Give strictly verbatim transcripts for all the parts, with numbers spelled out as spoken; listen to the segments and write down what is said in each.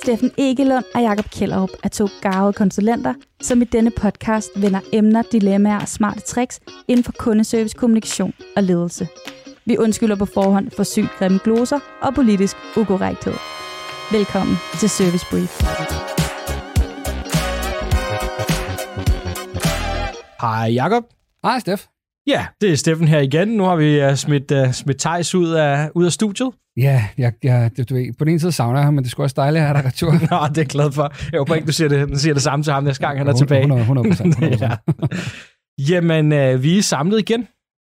Steffen Egelund og Jakob Kjellerup er to garvede konsulenter, som i denne podcast vender emner, dilemmaer og smarte tricks inden for kundeservice, kommunikation og ledelse. Vi undskylder på forhånd for sygt grimme gloser og politisk ukorrekthed. Velkommen til Service Brief. Hej Jakob. Hej Steff. Ja, det er Steffen her igen. Nu har vi uh, smidt, uh, smidt Theis ud af, ud af studiet. Ja, jeg, jeg, det, du ved, på den ene side savner jeg ham, men det skulle også dejligt at have dig retur. Nå, det er jeg glad for. Jeg håber ikke, du siger det, du siger det samme til ham næste gang, han er tilbage. hundrede procent. Ja. Jamen, uh, vi er samlet igen.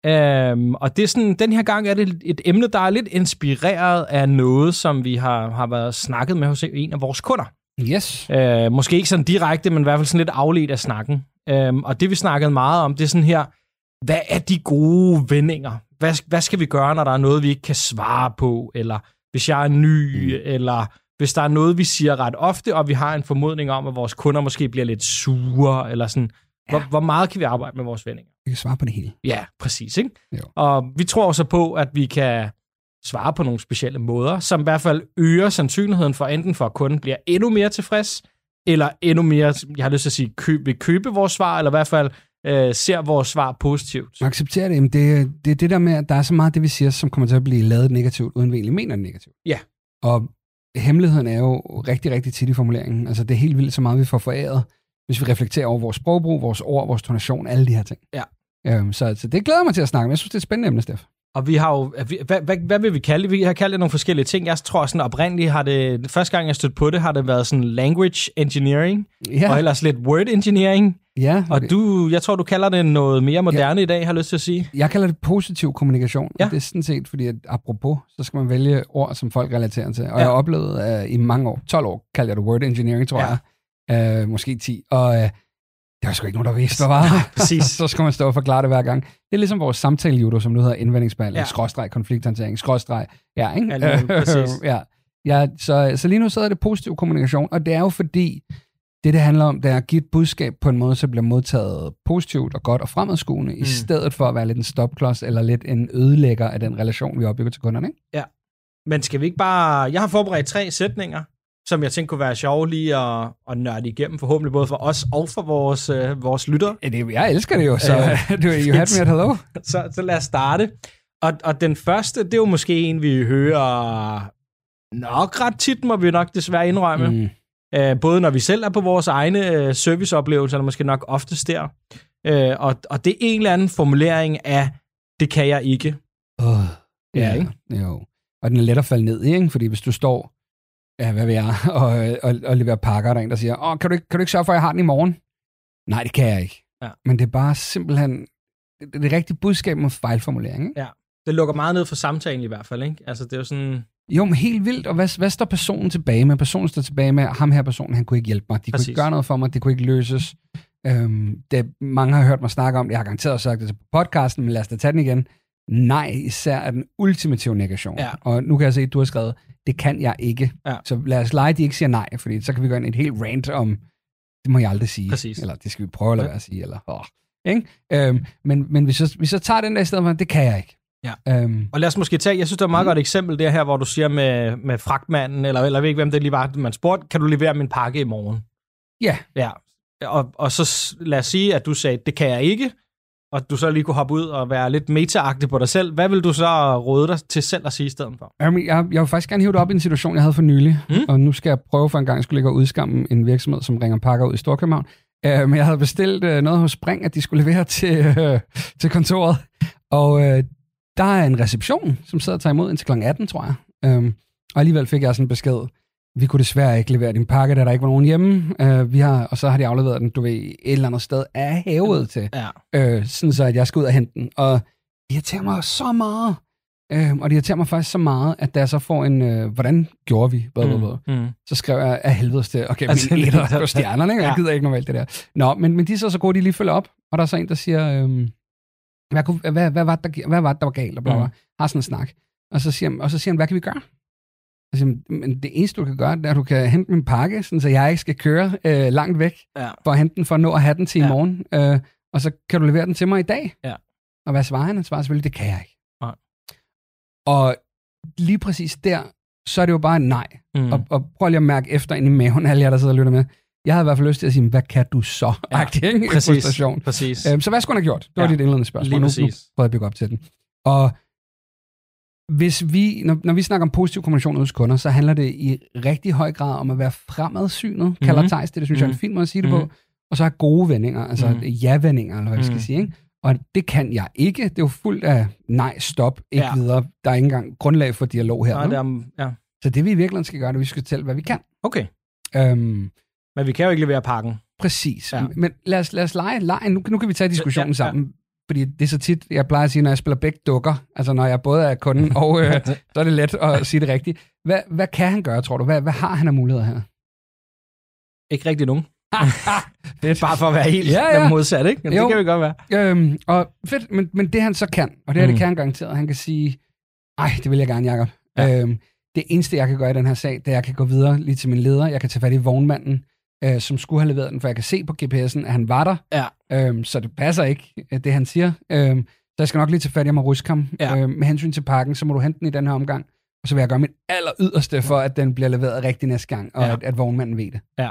Um, og det er sådan, den her gang er det et emne, der er lidt inspireret af noget, som vi har, har været snakket med hos en af vores kunder. Yes. Uh, måske ikke sådan direkte, men i hvert fald sådan lidt afledt af snakken. Um, og det vi snakkede meget om, det er sådan her, hvad er de gode vendinger? Hvad, hvad skal vi gøre, når der er noget, vi ikke kan svare på? Eller hvis jeg er ny, mm. eller hvis der er noget, vi siger ret ofte, og vi har en formodning om, at vores kunder måske bliver lidt sure, eller sådan. Ja. Hvor, hvor meget kan vi arbejde med vores vendinger? Vi kan svare på det hele. Ja, præcis. Ikke? Jo. Og vi tror så på, at vi kan svare på nogle specielle måder, som i hvert fald øger sandsynligheden for enten for, at kunden bliver endnu mere tilfreds, eller endnu mere, jeg har lyst til at sige, køb, vil købe vores svar, eller i hvert fald øh, ser vores svar positivt. Man accepterer det. Det, det er det der med, at der er så meget det, vi siger, som kommer til at blive lavet negativt, uden vi egentlig mener det negativt. Ja. Og hemmeligheden er jo rigtig, rigtig tit i formuleringen. Altså, det er helt vildt så meget, vi får foræret, hvis vi reflekterer over vores sprogbrug, vores ord, vores tonation, alle de her ting. Ja. Øhm, så, så det glæder mig til at snakke med. Jeg synes, det er et spændende emne, Steff. Og vi har jo, hvad, hvad, hvad vil vi kalde det? Vi har kaldt det nogle forskellige ting. Jeg tror sådan oprindeligt har det, første gang jeg stødte på det, har det været sådan language engineering, ja. Og ellers lidt word engineering. Ja. Og du, jeg tror, du kalder det noget mere moderne ja. I dag, har jeg lyst til at sige. Jeg kalder det positiv kommunikation. Ja. Det er sådan set, fordi at apropos, så skal man vælge ord, som folk relaterer til. Og ja. Jeg har oplevet uh, i mange år, tolv år, kalder jeg det word engineering, tror ja. jeg. Uh, måske ti. Og uh, der var sgu ikke nogen, der vidste, hvad var. Præcis. Så skal man stå og forklare det hver gang. Det er ligesom vores samtale-judo, som nu hedder indvendingsbehandling, ja. skråstreg, konflikthåndtering, skråstreg. Ja, ikke? Ja, præcis. ja. Ja, så, så lige nu så er det positiv kommunikation, og det er jo fordi, det det handler om, det er at give et budskab på en måde, så bliver modtaget positivt og godt og fremadskuende, mm. i stedet for at være lidt en stopklods, eller lidt en ødelægger af den relation, vi opbygger til kunderne, ikke? Ja. Men skal vi ikke bare... Jeg har forberedt tre sætninger, som jeg tænkte kunne være sjove lige at, at nørde igennem, forhåbentlig både for os og for vores, øh, vores lyttere. Ja, det, jeg elsker det jo, så øh, du, you had me at hello. Så, så lad os starte. Og, og den første, det er jo måske en, vi hører nok ret tit, må vi nok desværre indrømme. Mm. Øh, både når vi selv er på vores egne øh, serviceoplevelser, eller måske nok oftest der. Øh, og, og det er en eller anden formulering af, det kan jeg ikke. Oh, ja, ja, ikke? Jo. Og den er let at falde ned i, ikke? Fordi hvis du står... Ja, hvad ved jeg, og, og, og leverer pakker, og der er en, der siger, åh, kan du, ikke, kan du ikke sørge for, at jeg har den i morgen? Nej, det kan jeg ikke. Ja. Men det er bare simpelthen, det, det er rigtige budskab med fejlformulering, ikke? Ja, det lukker meget ned for samtalen i hvert fald, ikke? Altså, det er jo sådan... Jo, men helt vildt, og hvad, hvad står personen tilbage med? Personen står tilbage med, ham her personen, han kunne ikke hjælpe mig, de Præcis. kunne ikke gøre noget for mig, det kunne ikke løses. Øhm, det, mange har hørt mig snakke om det, jeg har garanteret sagt det på podcasten, men lad os da tage den igen. Nej, især er den ultimative negation. Ja. Og nu kan jeg se, at du har skrevet, det kan jeg ikke. Ja. Så lad os lege, at de ikke siger nej, fordi så kan vi gå ind i et helt rant om, det må jeg aldrig sige. Præcis. Eller det skal vi prøve at lade være at sige. Eller, åh, ikke? Øhm, men men hvis, jeg, hvis jeg tager den der i stedet for, det kan jeg ikke. Ja. Øhm, og lad os måske tage, jeg synes, der er et meget mm. godt eksempel der her, hvor du siger med, med fragtmanden, eller, eller jeg ved ikke, hvem det lige var, man spurgte, kan du levere min pakke i morgen? Ja. Ja. Og, og så lad os sige, at du sagde, det kan jeg ikke, og du så lige kunne hoppe ud og være lidt meta-agtig på dig selv. Hvad vil du så råde dig til selv at sige i stedet for? Jeg, jeg, jeg vil faktisk gerne hive det op i en situation, jeg havde for nylig, mm. og nu skal jeg prøve for en gang, jeg skulle ligge og udskamme en virksomhed, som ringer pakker ud i Storkøbenhavn. Uh, men jeg havde bestilt uh, noget hos Spring, at de skulle levere til, uh, til kontoret, og uh, der er en reception, som sidder og tager imod indtil klokken atten, tror jeg. Um, og alligevel fik jeg sådan en besked, vi kunne desværre ikke levere din pakke, da der ikke var nogen hjemme. Uh, vi har, og så har de afleveret den, du ved, et eller andet sted af havet til. Ja. Uh, sådan så, at jeg skal ud og hente den. Og det irriterer mig så meget. Uh, og det irriterer mig faktisk så meget, at da jeg så får en, uh, hvordan gjorde vi? Blah, blah, blah. Mm. Så skrev jeg af helvedes til, okay, altså, min etter på stjernerne, ikke? Jeg gider ikke normalt det der. Nå, men, men de er så så gode, de lige følger op. Og der er så en, der siger, um, hvad, kunne, hvad, hvad, var det, der, hvad var det, der var galt? Og bla, bla, mm. Har sådan en snak. Og så siger, og så siger han, hvad kan vi gøre? Altså, men det eneste, du kan gøre, det er, at du kan hente min pakke, sådan, så jeg ikke skal køre øh, langt væk ja. for at hente den, for at nå at have den til ja. i morgen. Øh, og så kan du levere den til mig i dag. Ja. Og hvad svarer han? Han svarer selvfølgelig, det kan jeg ikke. Nej. Og lige præcis der så er det jo bare nej. Mm. Og, og prøv lige at mærke efter ind i maven, alle jer, der sidder og lytter med. Jeg havde i hvert fald lyst til at sige, hvad kan du så? Ja, Akting, præcis, præcis. Øhm, så hvad skulle han have gjort? Det var ja. dit indledende spørgsmål. Lige præcis. Nu, nu prøver jeg at bygge op til den. Og hvis vi, når, når vi snakker om positiv kommunikation hos kunder, så handler det i rigtig høj grad om at være fremadsynet, mm-hmm. kalder Theis det, det synes mm-hmm. jeg er en fin måde at sige det mm-hmm. på, og så have gode vendinger, altså mm-hmm. ja-vendinger, eller hvad vi skal mm-hmm. sige, ikke? Og det kan jeg ikke. Det er jo fuldt af nej, stop, ikke ja. videre. Der er ikke engang grundlag for dialog her. Nej, det er, ja. Så det vi i virkeligheden skal gøre, det er, at vi skal fortælle, hvad vi kan. Okay. Øhm, Men vi kan jo ikke levere pakken. Præcis. Ja. Men lad os, lad os lege, lege. Nu, nu kan vi tage diskussionen ja, ja. sammen. Fordi det er så tit, jeg plejer at sige, når jeg spiller begge dukker, altså når jeg både er kunden og øh, så er det let at sige det rigtigt. Hvad, hvad kan han gøre, tror du? Hvad, hvad har han af muligheder her? Ikke rigtig nogen. Bare for at være helt ja, ja. modsat, ikke? Men det kan vi godt være. Øhm, og fedt, men, men det han så kan, og det her, mm. det kan han garanteret, han kan sige, ej, det vil jeg gerne, Jacob. Ja. Øhm, det eneste, jeg kan gøre i den her sag, det er, at jeg kan gå videre lige til min leder, jeg kan tage fat i vognmanden, øh, som skulle have leveret den, for jeg kan se på G P S'en, at han var der. Ja. Øhm, så det passer ikke, det han siger. Øhm, så jeg skal nok lige tage fat i mig ruskam. Ja. Øhm, med hensyn til pakken, så må du hente den i den her omgang, og så vil jeg gøre mit aller yderste for, at den bliver leveret rigtig næste gang, og ja. at, at vognmanden ved det. Ja.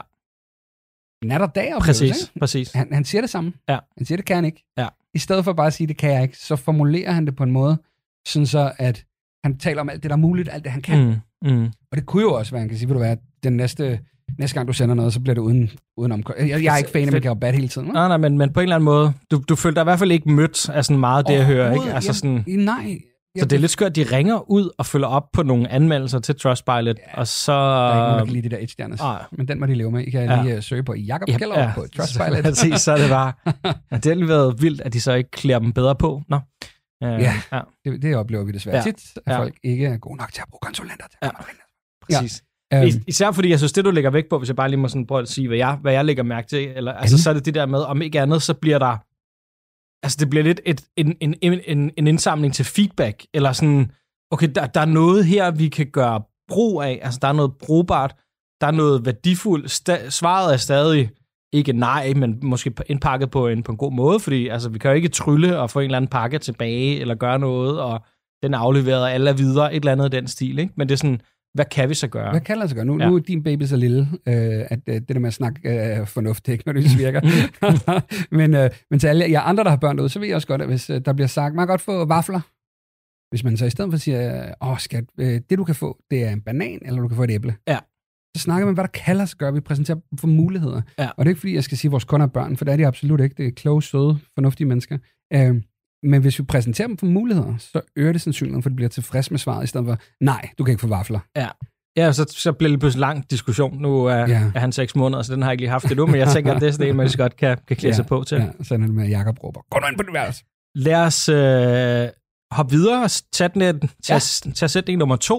Nat og dag præcis, ikke? præcis. Han, han siger det samme. Ja. Han siger, det kan han ikke. Ja. I stedet for bare at sige, det kan jeg ikke, så formulerer han det på en måde, sådan så, at han taler om alt det, der er muligt, alt det, han kan. Mm. Mm. Og det kunne jo også være, han kan sige, vil du være, den næste, næste gang, du sender noget, så bliver det uden, uden omkring. Jeg, jeg er ikke fan af Michael Bat hele tiden. Ne? Nej, nej, men, men på en eller anden måde, du, du følte dig i hvert fald ikke mødt af sådan meget det, jeg hører, ikke? Altså sådan, jeg, nej. Så det er lidt skørt, at de ringer ud og følger op på nogle anmeldelser til Trustpilot, ja, og så... Der er ikke nogen, der kan lide de der et-stjerners, ah, men den må de leve med. I kan ja. lige søge på Jacob ja, Kjellerup ja. på Trustpilot. Præcis, så er det bare... Ja, det har lige været vildt, at de så ikke klæder dem bedre på. Nå. Uh, ja, ja. Det, det oplever vi desværre ja. tit, at ja. folk ikke er gode nok til at bruge konsulenter. Til ja. Præcis. Ja. Um, Især fordi, jeg synes, det du lægger vægt på, hvis jeg bare lige må sådan prøve at sige, hvad jeg, hvad jeg lægger mærke til, eller, altså, så er det det der med, om ikke andet, så bliver der... Altså, det bliver lidt et, en, en, en, en indsamling til feedback, eller sådan... Okay, der, der er noget her, vi kan gøre brug af. Altså, der er noget brugbart. Der er noget værdifuldt. Sta- svaret er stadig ikke nej, men måske indpakket på en, på en god måde, fordi altså, vi kan jo ikke trylle og få en eller anden pakke tilbage, eller gøre noget, og den er afleveret, og alle er videre, et eller andet af den stil, ikke? Men det er sådan, hvad kan vi så gøre? Hvad kan lade sig gøre? Nu, ja. nu er din baby så lille, øh, at øh, det der med at snakke øh, fornuft, ikke, når det virker. men, øh, men til alle jer andre, der har børn derude, så ved jeg også godt, at hvis øh, der bliver sagt, man kan godt få vafler. Hvis man så i stedet for siger, åh skat, øh, det du kan få, det er en banan, eller du kan få et æble. Ja. Så snakker man, hvad der kan lade sig gøre. Vi præsenterer for muligheder. Ja. Og det er ikke, fordi jeg skal sige, at vores kunder er børn, for det er de absolut ikke. Det er kloge, søde, fornuftige mennesker. Øh, men hvis vi præsenterer dem for muligheder, så øger det sandsynligheden, for de bliver tilfreds med svaret, i stedet for, nej, du kan ikke få vafler. Ja. Ja, så, så bliver det pludselig en lang diskussion. Nu er, ja. er han seks måneder, så den har jeg ikke lige haft det nu, men jeg tænker, at det er sådan en, man godt kan, kan klæde ja. sig på til. Ja, så er det med Jacob råber, gå nu ind på det værelse. Lad os øh, hoppe videre og tage, den, tage, ja. tage sætning nummer to,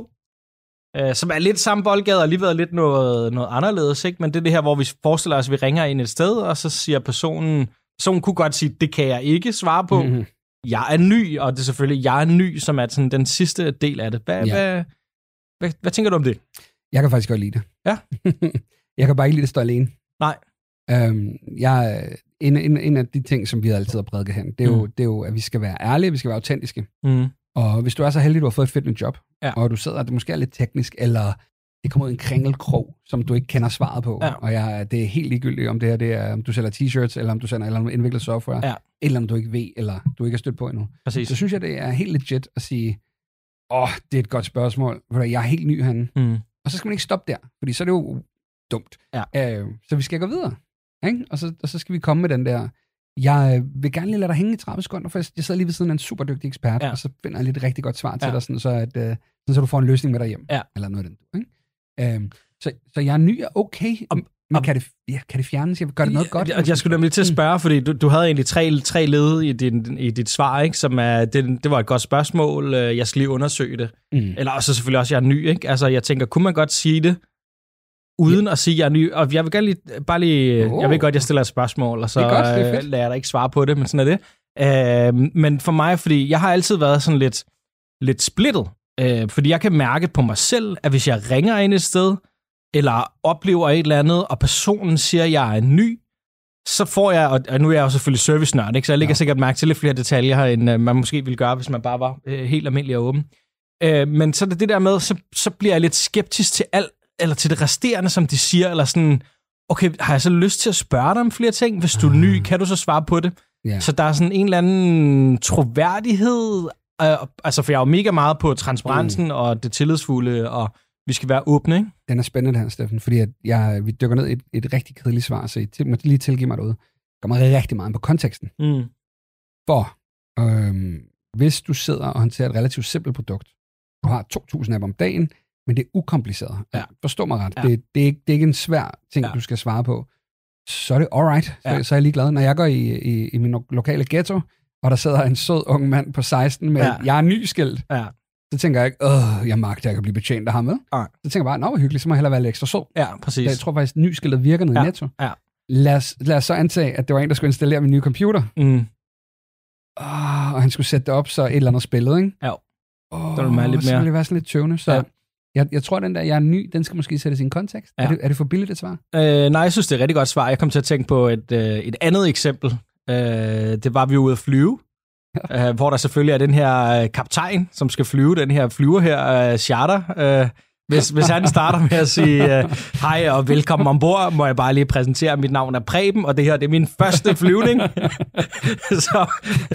øh, som er lidt samme boldgade og alligevel lidt noget, noget anderledes, ikke? Men det er det her, hvor vi forestiller os, at vi ringer ind et sted, og så siger personen, personen kunne godt sige, det kan jeg ikke svare på. Mm-hmm. Jeg er ny, og det er selvfølgelig, jeg er ny, som er sådan den sidste del af det. Hvad, ja. hvad, hvad, hvad tænker du om det? Jeg kan faktisk godt lide det. Ja? Jeg kan bare ikke lide det stå alene. Nej. Øhm, jeg, en, en, en af de ting, som vi altid har prædiket hen, det er, mm. jo, det er jo, at vi skal være ærlige, vi skal være autentiske. Mm. Og hvis du er så heldig, at du har fået et fedt nyt job, ja. og du sidder, at det måske er lidt teknisk, eller det kommer ud en kringelkrog, som du ikke kender svaret på, ja. og jeg, det er helt ligegyldigt, om det her det er, om du sælger t-shirts, eller om du sælger eller om indviklet software, ja. eller om du ikke ved, eller du ikke har stødt på endnu. Præcis. Så synes jeg, det er helt legit at sige, åh, det er et godt spørgsmål, jeg er helt ny herinde. Mm. Og så skal man ikke stoppe der, fordi så er det jo dumt. Ja. Øh, så vi skal gå videre. Ikke? Og, så, og så skal vi komme med den der, jeg vil gerne lige lade dig hænge i tredive sekunder, for jeg sidder lige ved siden af en super dygtig ekspert, ja. og så finder jeg lidt rigtig godt svar til ja. dig, sådan, så, at, uh, sådan, så du får en løsning med dig hjem. Ja. Eller noget af den. Ikke? Um, så, så jeg er ny og okay, om, men om, kan, det, ja, kan det fjernes? Jeg gør det noget godt? Jeg, jeg skulle nemlig til at spørge, fordi du, du havde egentlig tre, tre led i, din, i dit svar, ikke? Som er, det, det var et godt spørgsmål, jeg skal lige undersøge det. Mm. Eller også selvfølgelig også, jeg er ny. Ikke? Altså, jeg tænker, kunne man godt sige det, uden ja. at sige, at jeg er ny. Og jeg vil gerne lige, bare lige, oh. jeg ved godt, jeg stiller et spørgsmål, og så godt, øh, lader jeg dig ikke svare på det, men sådan er det. Øh, men for mig, fordi jeg har altid været sådan lidt, lidt splittet, øh, fordi jeg kan mærke på mig selv, at hvis jeg ringer ind et sted, eller oplever et eller andet, og personen siger, at jeg er ny, så får jeg, og nu er jeg jo selvfølgelig servicenørd, ikke? Så jeg lægger ja. sikkert mærke til lidt flere detaljer, end uh, man måske ville gøre, hvis man bare var uh, helt almindelig og åben. Øh, men så er det det der med, så, så bliver jeg lidt skeptisk til alt, eller til det resterende, som de siger, eller sådan, okay, har jeg så lyst til at spørge dig om flere ting? Hvis du er ny, kan du så svare på det? Yeah. Så der er sådan en eller anden troværdighed, øh, altså for jeg er jo mega meget på transparensen mm. og det tillidsfulde, og vi skal være åbne, ikke? Den er spændende her, Steffen, fordi at jeg, vi dykker ned i et, et rigtig kedeligt svar, så I må lige tilgive mig derude. Der kommer rigtig meget på konteksten. Mm. For øhm, hvis du sidder og håndterer et relativt simpelt produkt, du har to tusind af om dagen, men det er ukompliceret. Ja. Forstå mig ret. Ja. Det, det, er ikke, det er ikke en svær ting, ja. du skal svare på. Så er det alright. Så, ja. så er jeg lige glad. Når jeg går i, i, i min lokale ghetto, og der sidder en sød ung mand på seksten med, ja. jeg er ny skilt, ja. så tænker jeg ikke, åh, jeg magter, jeg kan blive betjent af ham med. Ja. Så tænker jeg bare, nå, hvor hyggeligt, så må jeg hellere være lidt ekstra sød. Ja, præcis. Jeg tror faktisk, at ny skiltet virker ned ja. i Netto. Ja. Lad os, lad os så antage, at det var en, der skulle installere min nye computer. Mm. Oh, og han skulle sætte det op, så et eller andet spillet, ikke? Ja. Oh, så vil lidt mere. Så ville det være sådan lidt tøvende. Så ja. jeg, jeg tror, den der, jeg er ny, den skal måske sættes i en kontekst. Ja. Er, det, er det for billigt et svar? Øh, nej, jeg synes, det er et rigtig godt svar. Jeg kom til at tænke på et, øh, et andet eksempel. Øh, det var, vi ude at flyve, ja. øh, hvor der selvfølgelig er den her kaptajn, som skal flyve, den her flyver her, øh, charter. Øh, hvis, hvis han starter med at sige øh, hej og velkommen ombord, må jeg bare lige præsentere, mit navn er Preben, og det her det er min første flyvning. så,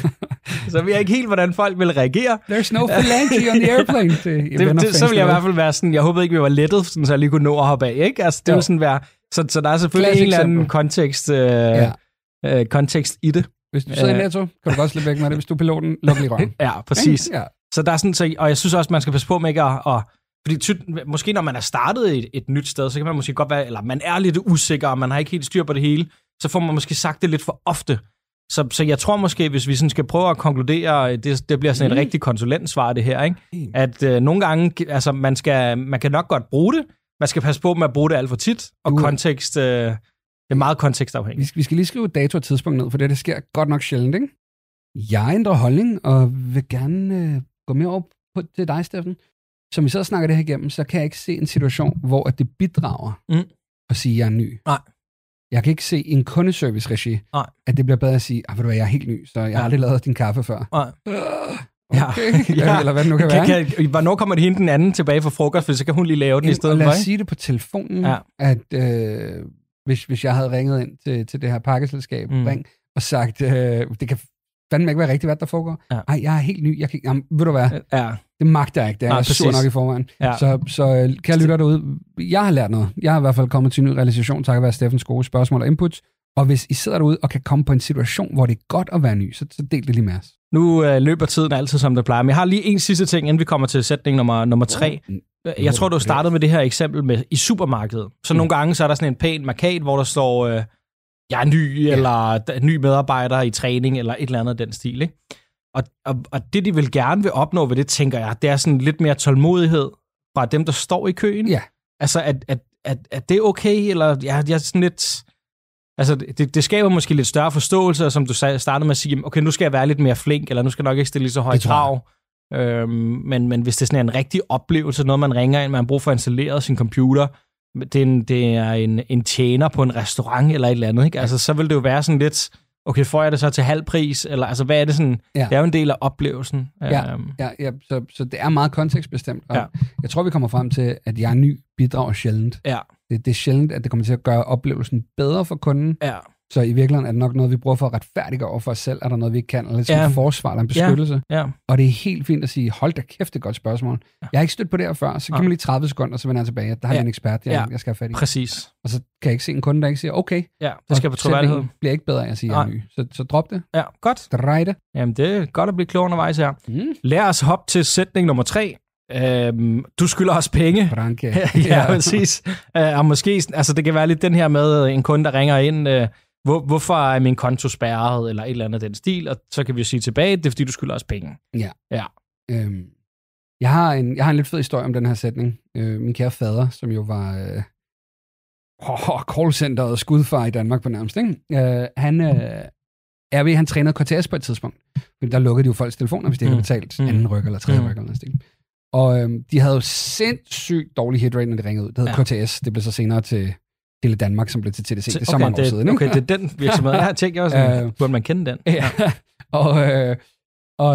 så ved jeg ikke helt, hvordan folk vil reagere. There's no phalange on the airplane. Det, det, det, så vil jeg i hvert fald være sådan, jeg håbede ikke, vi var lettet, sådan, så jeg lige kunne nå at hoppe af. Ikke? Altså, det vil sådan være, så, så der er selvfølgelig Klassisk en eller anden kontekst, øh, ja. øh, kontekst i det. Hvis du sidder i Netto, kan du godt slippe væk med det. Hvis du er piloten, luk lige røven. Ja, præcis. Ja. Så der er sådan, så, og jeg synes også, man skal passe på med ikke at, at fordi ty, måske når man er startet et, et nyt sted, så kan man måske godt være, eller man er lidt usikker, og man har ikke helt styr på det hele, så får man måske sagt det lidt for ofte. Så, så jeg tror måske, hvis vi sådan skal prøve at konkludere, det, det bliver sådan et mm. rigtig konsulentsvar, det her, ikke? Mm. At øh, nogle gange, altså man, skal, man kan nok godt bruge det, man skal passe på med at bruge det alt for tit, og uh. kontekst, øh, det er meget kontekstafhængigt. Vi skal, vi skal lige skrive et dato og tidspunkt ned, for det, det sker godt nok sjældent, ikke? Jeg ændrer holdning, og vil gerne øh, gå mere over på, til dig, Steffen. Som vi så snakker det her igennem, så kan jeg ikke se en situation, hvor at det bidrager mm. at sige, at jeg er ny. Nej. Jeg kan ikke se i en kundeservice-regi, Nej. at det bliver bedre at sige, at jeg er helt ny, så jeg har ja. aldrig lavet din kaffe før. Nej. Okay, ja. Eller hvad det nu kan, kan være. Kan, hvornår kommer det hende den anden tilbage fra frokost, for så kan hun lige lave den Jamen, i stedet for. Lad os sige det på telefonen, ja. at øh, hvis, hvis jeg havde ringet ind til, til det her pakkeselskab, mm. ring, og sagt, øh, det kan fandme ikke være rigtigt, hvad der foregår. Ja. Ej, jeg er helt ny. Jeg kan, jamen, ved du hvad? Ja. Det magter jeg ikke. Det er, Nej, jeg er sur nok i forvejen. Ja. Så, så kan jeg lytte derude. Jeg har lært noget. Jeg har i hvert fald kommet til en ny realisation, takket være Steffens gode spørgsmål og inputs. Og hvis I sidder derude og kan komme på en situation, hvor det er godt at være ny, så, så del det lige med os. Nu øh, løber tiden altid, som det plejer. Men jeg har lige en sidste ting, inden vi kommer til sætning nummer, nummer tre. Jeg tror, du startede med det her eksempel med i supermarkedet. Så mm. nogle gange så er der sådan en pæn markat, hvor der står, øh, jeg er ny, ja. eller ny medarbejder i træning, eller et eller andet af den stil, ikke? Og, og, og det, de vil gerne vil opnå ved det, tænker jeg, det er sådan lidt mere tålmodighed fra dem, der står i køen. Ja. Altså, at, at, at, at det er okay, eller ja, jeg er sådan lidt... Altså, det, det skaber måske lidt større forståelse, som du startede med at sige, okay, nu skal jeg være lidt mere flink, eller nu skal jeg nok ikke stille lige så højt krav. Øhm, men, men hvis det er sådan en rigtig oplevelse, noget man ringer ind, man har brug for at installere sin computer, det er en, det er en, en tjener på en restaurant eller et eller andet, ikke? Altså, så vil det jo være sådan lidt... Okay, får jeg det så til halv pris? Eller altså, hvad er det sådan? Ja. Det er jo en del af oplevelsen. Ja, um, ja, ja så, så det er meget kontekstbestemt. Og ja. Jeg tror, vi kommer frem til, at jeg er ny, bidrager sjældent. Ja. Det, det er sjældent, at det kommer til at gøre oplevelsen bedre for kunden. Ja. Så i virkeligheden er det nok noget, vi bruger for at retfærdige over for os selv. Er der noget, vi ikke kan? Eller lidt som ja. forsvar eller en beskyttelse. Ja. Ja. Og det er helt fint at sige, hold da kæft, det er et godt spørgsmål. Ja. Jeg har ikke stødt på det her før, så giv mig lige tredive sekunder, så vender jeg tilbage. Der har jeg ja. en ekspert, jeg, ja. jeg skal have fat i. Præcis. Og så kan jeg ikke se en kunde, der ikke siger, okay, ja, det skal på troværdighed. Bliver ikke bedre, at sige, jeg er ny. Så, så drop det. Ja, godt. Drej det. Jamen, det er godt at blive klog undervejs her. Mm. Lad os hoppe til sætning nummer tre. Øhm, du skylder os penge. Branke. ja, præcis. Øh, og måske, altså det kan være lidt den her med en kunde, der ringer ind, øh, hvor, hvorfor er min konto spærret, eller et eller andet den stil, og så kan vi jo sige tilbage, det er fordi, du skylder os penge. Ja. ja. Øhm, jeg, har en, jeg har en lidt fed historie om den her sætning. Øh, min kære fader, som jo var øh, oh, callcenteret skudfar i Danmark på nærmest, ikke? Øh, han, øh, jeg ved, han trænede K T S på et tidspunkt. Der lukkede de jo folks telefoner, hvis de ikke mm. havde betalt mm. anden ryg eller tredje mm. ryg eller noget stil. Og øhm, de havde jo sindssygt dårlig hitrate, når de ringede ud. Det hed ja. K T S. Det blev så senere til Hele Danmark, som blev til T D C. Det er okay, så mange det, år siden. Okay, det er den virksomhed. Jeg har tænkt, jeg var sådan, øh, burde man kende den? Ja. og, øh, og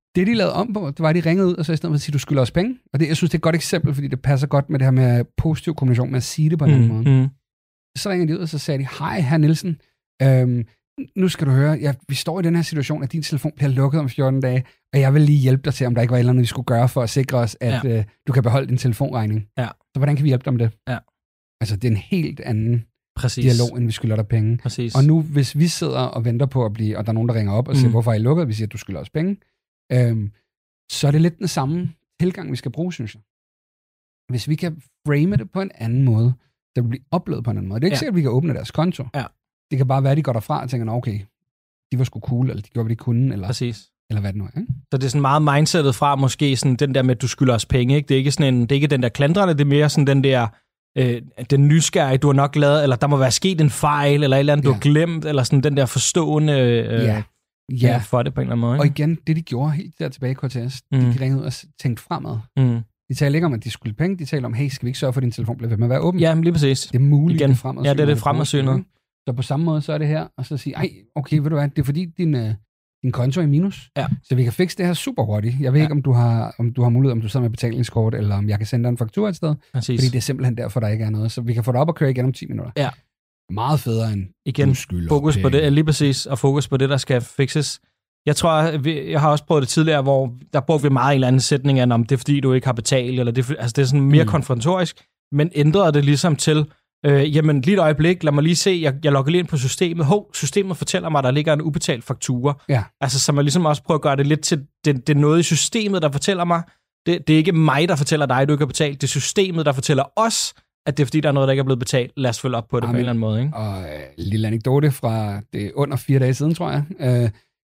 det, de lavede om på, det var, at de ringede ud, og så i stedet for at sige, du skylder os penge. Og det, jeg synes, det er et godt eksempel, fordi det passer godt med det her med positiv kommunikation, med at sige det på en anden mm, måde. Mm. Så ringede de ud, og så sagde de, hej, herr Nielsen, øhm, nu skal du høre, ja, vi står i den her situation, at din telefon bliver lukket om fjorten dage, og jeg vil lige hjælpe dig til, om der ikke var et eller andet, vi skulle gøre for at sikre os, at ja. øh, du kan beholde din telefonregning. Ja. Så hvordan kan vi hjælpe dig med det? Ja. Altså, det er en helt anden Præcis. dialog, end vi skylder dig penge. Præcis. Og nu, hvis vi sidder og venter på at blive, og der er nogen, der ringer op og siger, mm. hvorfor er I lukket? Vi siger, at du skylder os penge. Øhm, så er det lidt den samme tilgang, vi skal bruge, synes jeg. Hvis vi kan frame det på en anden måde, så det bliver oplevet på en anden måde. Det er ikke ja. sikkert, at vi kan åbne deres konto. Ja. Det kan bare være, at de går derfra og tænker, okay, de var sgu cool, eller de gjorde, hvad de kunne, eller, Præcis. eller hvad det nu er. Ikke? Så det er sådan meget mindsetet fra, måske sådan den der med, at du skylder os penge. Ikke? Det er ikke sådan en, det er ikke den der klandrende, det er mere sådan den der, øh, den nysgerrige, du har nok lavet, eller der må være sket en fejl, eller et eller andet, ja. du har glemt, eller sådan den der forstående øh, ja. Ja. for det på en eller anden måde. Ikke? Og igen, det de gjorde helt der tilbage i K T S, mm. de ringede ud og tænkte fremad. Mm. De taler ikke om, at de skulle penge, de taler om, hey, skal vi ikke sørge for, at din telefon bliver ved med at være åben? Ja, lige præcis. Det er muligt, igen. det fremadsyn. Ja, det er det fremadsyn. Så på samme måde, så er det her, og så sige, ej, okay, ved du hvad, det er fordi, din, uh, din konto er i minus, ja. så vi kan fikse det her super hurtigt. Jeg ved ja. ikke, om du, har, om du har mulighed, om du sidder med betalingskort, eller om jeg kan sende dig en faktura et sted, Præcis. fordi det er simpelthen derfor, der ikke er noget. Så vi kan få det op og køre igen om ti minutter. Ja. Meget federe end igen, fokus penge. på det, lige præcis, og fokus på det, der skal fikses. Jeg tror, jeg har også prøvet det tidligere, hvor der brugte vi meget en eller anden sætning af, om det er fordi, du ikke har betalt, eller det, altså det er sådan mere mm. konfrontorisk, men ændrede det ligesom til, øh, jamen lige et øjeblik, lad mig lige se, jeg, jeg logger lige ind på systemet, hov, systemet fortæller mig, at der ligger en ubetalt faktura. Ja. Altså, så man ligesom også prøver at gøre det lidt til, det, det er noget i systemet, der fortæller mig, det, det er ikke mig, der fortæller dig, at du ikke har betalt, det er systemet, der fortæller os, at det er fordi, der er noget, der ikke er blevet betalt. Lad os følge op på det Amen. på en eller anden måde. Ikke? Og øh, lille anekdote fra det under fire dage siden, tror jeg. Øh,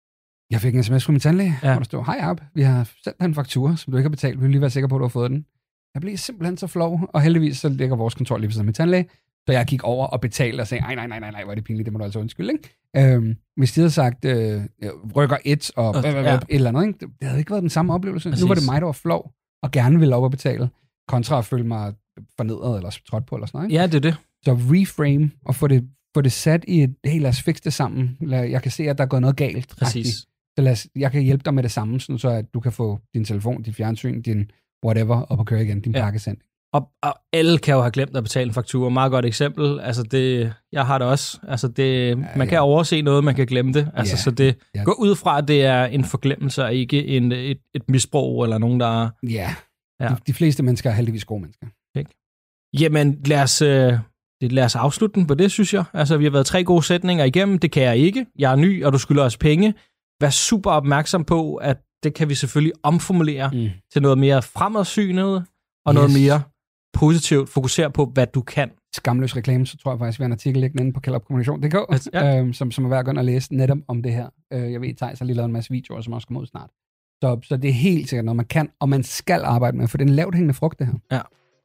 Jeg fik en sms fra min tandlæge, ja. hvor der stod, hej Ab, vi har sendt dig en faktura, som du ikke har betalt. Vi vil lige være sikre på, at du har fået den. Jeg blev simpelthen så flov, og heldigvis så ligger vores kontor lige ved siden af min tandlæge, så jeg gik over og betalte og sagde, nej, nej, nej, nej, nej, hvor er det pinligt, det må du altså undskylde, ikke? Øhm, hvis de havde sagt, øh, rykker et og øh, ja. et eller andet, ikke? Det havde ikke været den samme oplevelse. Præcis. Nu var det mig, der var flov, og gerne ville op og betale, kontra at føle mig fornedret eller trådt på, eller sådan noget, ikke? Ja, det er det. Så reframe og få det, få det sat i et, hey, lad os fikse det sammen. Jeg kan se, at der er gået noget galt. Præcis. Rigtig. Så lad os, jeg kan hjælpe dig med det samme, sådan så at du kan få din telefon, din fjernsyn, din whatever, op og køre igen, din ja. pakke sendt. Og, og alle kan jo have glemt at betale en faktura. Meget godt eksempel. Altså det, jeg har det også. Altså det, man ja, ja. kan overse noget, man kan glemme det. Altså ja. så det ja. går ud fra, at det er en forglemmelse, og ikke en, et, et misbrug, eller nogen, der... Ja, ja. De, de fleste mennesker er heldigvis gode mennesker. Okay. Jamen, lad os... Øh, Lad os afslutte den på det, synes jeg. Altså, vi har været tre gode sætninger igennem. Det kan jeg ikke. Jeg er ny, og du skylder os penge. Vær super opmærksom på, at det kan vi selvfølgelig omformulere mm. til noget mere fremadsynet, og yes. noget mere positivt. Fokusere på, hvad du kan. Skamløs reklame, så tror jeg faktisk, vi har en artikel liggende inde på kælderkommunikation punktum d k, ja. øhm, som, som er værd at gå ind og læse netop om det her. Øh, jeg ved, Theis har lige lavet en masse videoer, som også kommer ud snart. Så, så det er helt sikkert noget, man kan, og man skal arbejde med, for det er en lavt hængende frugt, det her. Ja.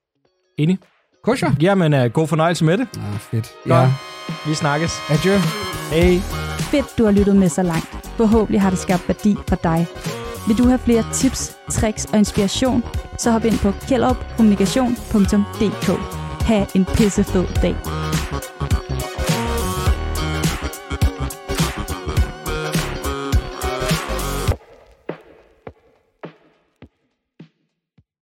Enig? Kusher. Jamen, uh, god fornøjelse med det. Ah, fedt. Godt. Ja. Vi snakkes. Adieu. Hej. Fedt, du har lyttet med så langt. Forhåbentlig har det skabt værdi for dig. Vil du have flere tips, tricks og inspiration, så hop ind på kjellerup kommunikation punktum d k. Ha' en pissefed dag.